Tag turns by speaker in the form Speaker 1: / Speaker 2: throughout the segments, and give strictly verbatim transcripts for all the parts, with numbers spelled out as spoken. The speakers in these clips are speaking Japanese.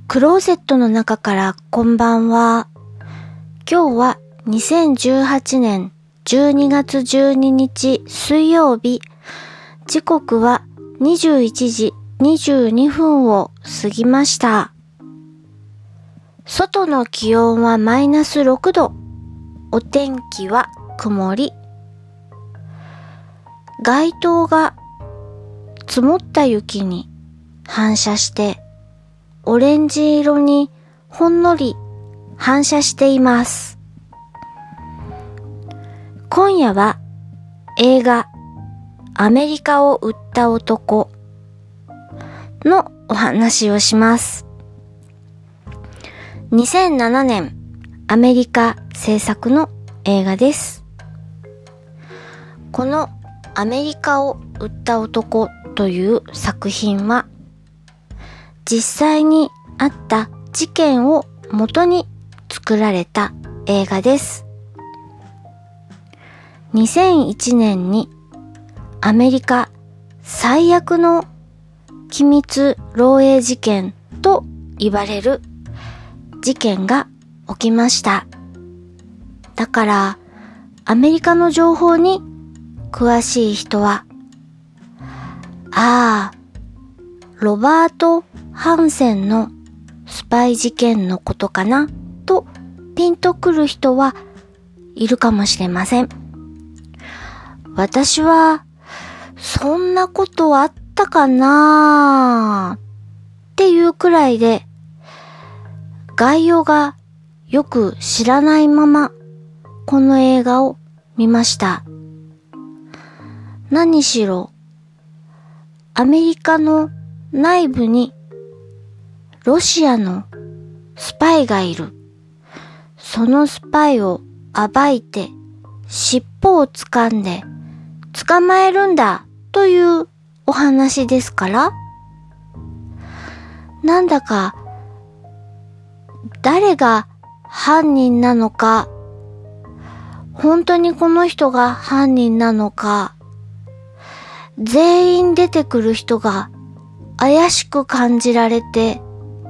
Speaker 1: クローゼットの中からこんばんは。今日はにせんじゅうはちねんじゅうにがつじゅうににち水曜日。時刻はにじゅういちじにじゅうにふんを過ぎました。外の気温はマイナスろくど。お天気は曇り。街灯が積もった雪に反射してオレンジ色にほんのり反射しています。今夜は映画アメリカを売った男のお話をします。にせんななねんアメリカ制作の映画です。このアメリカを売った男という作品は実際にあった事件を元に作られた映画です。にせんいちねんにアメリカ最悪の機密漏洩事件と言われる事件が起きました。だからアメリカの情報に詳しい人は、ああ、ロバート・ハンセンのスパイ事件のことかなとピンとくる人はいるかもしれません。私はそんなことあったかなっていうくらいで概要がよく知らないままこの映画を見ました。何しろアメリカの内部にロシアのスパイがいる。そのスパイを暴いて尻尾を掴んで捕まえるんだというお話ですから、なんだか誰が犯人なのか、本当にこの人が犯人なのか、全員出てくる人が怪しく感じられて、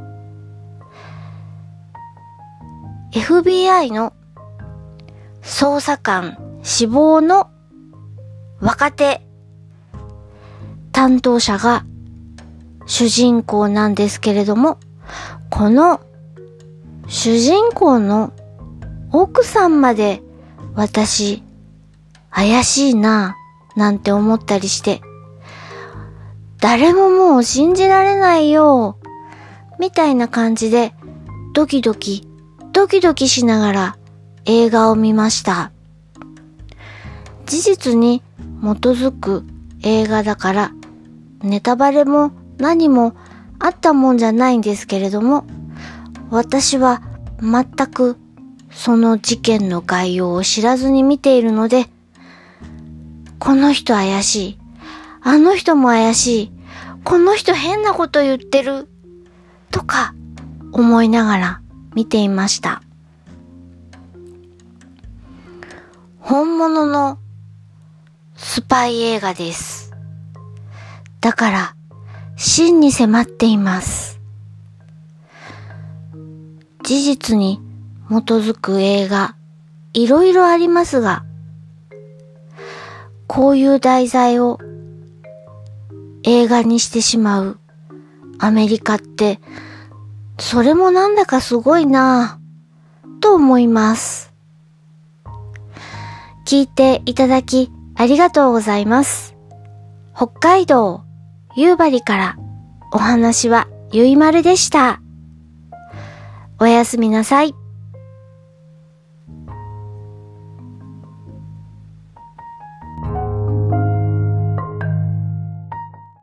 Speaker 1: エフビーアイ の捜査官志望の若手担当者が主人公なんですけれども、この主人公の奥さんまで私怪しいななんて思ったりして、誰ももう信じられないよみたいな感じでドキドキドキドキしながら映画を見ました。事実に基づく映画だからネタバレも何もあったもんじゃないんですけれども、私は全くその事件の概要を知らずに見ているので、この人怪しい、あの人も怪しい、この人変なこと言ってるとか思いながら見ていました。本物のスパイ映画です。だから真に迫っています。事実に基づく映画いろいろありますが、こういう題材を映画にしてしまうアメリカって、それもなんだかすごいなぁと思います。聞いていただきありがとうございます。北海道夕張からお話はゆいまるでした。おやすみなさい。